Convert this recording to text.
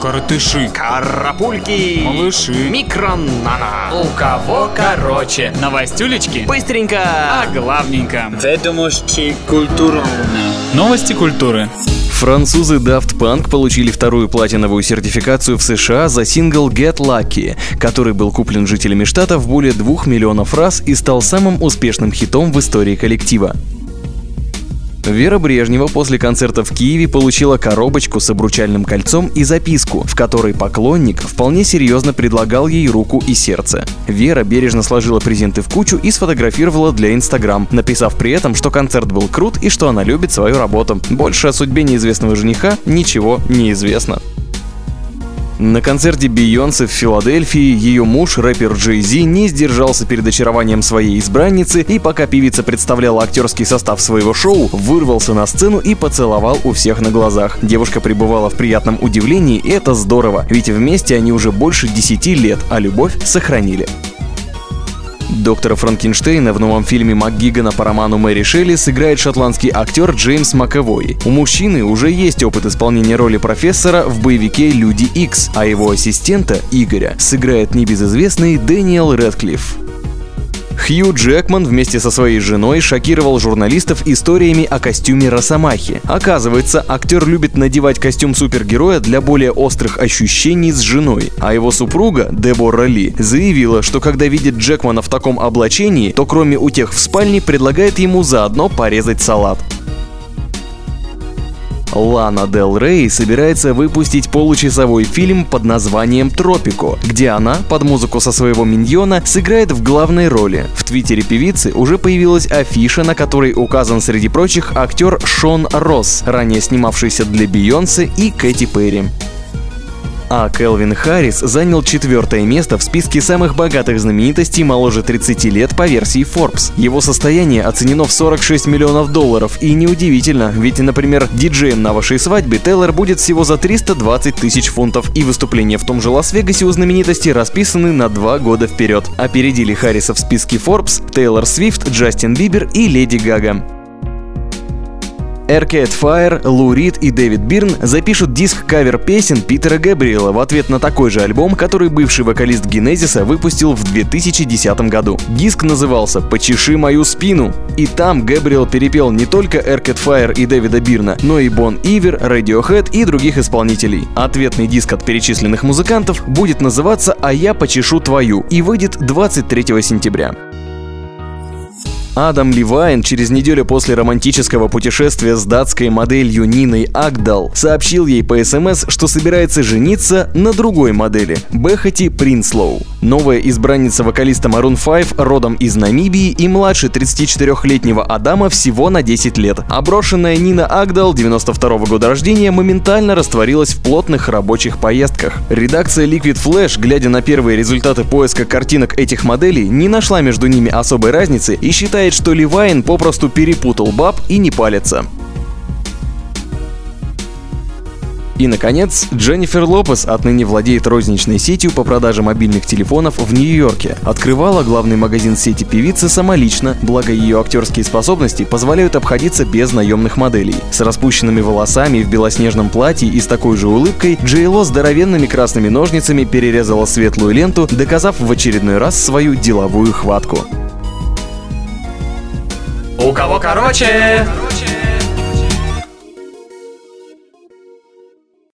Коротыши, карапульки, малыши, микронано. У кого короче? Новостюлечки? Быстренько, А главненько. Ведомости культуры. Новости культуры. Французы Daft Punk получили вторую платиновую сертификацию в США за сингл Get Lucky, который был куплен жителями штата в более 2 миллионов раз и стал самым успешным хитом в истории коллектива. Вера Брежнева после концерта в Киеве получила коробочку с обручальным кольцом и записку, в которой поклонник вполне серьезно предлагал ей руку и сердце. Вера бережно сложила презенты в кучу и сфотографировала для Instagram, написав при этом, что концерт был крут и что она любит свою работу. Больше о судьбе неизвестного жениха ничего не известно. На концерте Бейонсе в Филадельфии ее муж, рэпер Джей Зи, не сдержался перед очарованием своей избранницы и, пока певица представляла актерский состав своего шоу, вырвался на сцену и поцеловал у всех на глазах. Девушка пребывала в приятном удивлении, и это здорово, ведь вместе они уже больше 10 лет, а любовь сохранили. Доктора Франкенштейна в новом фильме МакГигана по роману Мэри Шелли сыграет шотландский актер Джеймс Макэвой. У мужчины уже есть опыт исполнения роли профессора в боевике «Люди Икс», а его ассистента, Игоря, сыграет небезызвестный Дэниел Рэдклифф. Хью Джекман вместе со своей женой шокировал журналистов историями о костюме Росомахи. Оказывается, актер любит надевать костюм супергероя для более острых ощущений с женой, а его супруга, Дебора Ли, заявила, что когда видит Джекмана в таком облачении, то кроме утех в спальне предлагает ему заодно порезать салат. Лана Дель Рей собирается выпустить получасовой фильм под названием «Тропико», где она, под музыку со своего миньона, сыграет в главной роли. В твиттере певицы уже появилась афиша, на которой указан среди прочих актер Шон Росс, ранее снимавшийся для Бейонсе и Кэти Перри. А Кэлвин Харрис занял 4-е место в списке самых богатых знаменитостей моложе 30 лет по версии Forbes. Его состояние оценено в $46 миллионов, и неудивительно, ведь, например, диджеем на вашей свадьбе Тейлор будет всего за 320 тысяч фунтов, и выступления в том же Лас-Вегасе у знаменитости расписаны на 2 года вперед. Опередили Харриса в списке Forbes Тейлор Свифт, Джастин Бибер и Леди Гага. Arcade Fire, Лу Рид и Дэвид Бирн запишут диск кавер-песен Питера Гэбриэла в ответ на такой же альбом, который бывший вокалист Генезиса выпустил в 2010 году. Диск назывался «Почеши мою спину», и там Гэбриэл перепел не только Arcade Fire и Дэвида Бирна, но и Бон Ивер, Radiohead и других исполнителей. Ответный диск от перечисленных музыкантов будет называться «А я почешу твою» и выйдет 23 сентября. Адам Левайн через неделю после романтического путешествия с датской моделью Ниной Агдал сообщил ей по СМС, что собирается жениться на другой модели – Бехати Принслоу. Новая избранница вокалиста Maroon 5 родом из Намибии и младше 34-летнего Адама всего на 10 лет. А брошенная Нина Агдал, 92-го года рождения, моментально растворилась в плотных рабочих поездках. Редакция Liquid Flash, глядя на первые результаты поиска картинок этих моделей, не нашла между ними особой разницы и считает, что Левайн попросту перепутал баб и не палится. И, наконец, Дженнифер Лопес отныне владеет розничной сетью по продаже мобильных телефонов в Нью-Йорке. Открывала главный магазин сети певица самолично, благо ее актерские способности позволяют обходиться без наемных моделей. С распущенными волосами в белоснежном платье и с такой же улыбкой Джей Ло здоровенными красными ножницами перерезала светлую ленту, доказав в очередной раз свою деловую хватку. У кого короче?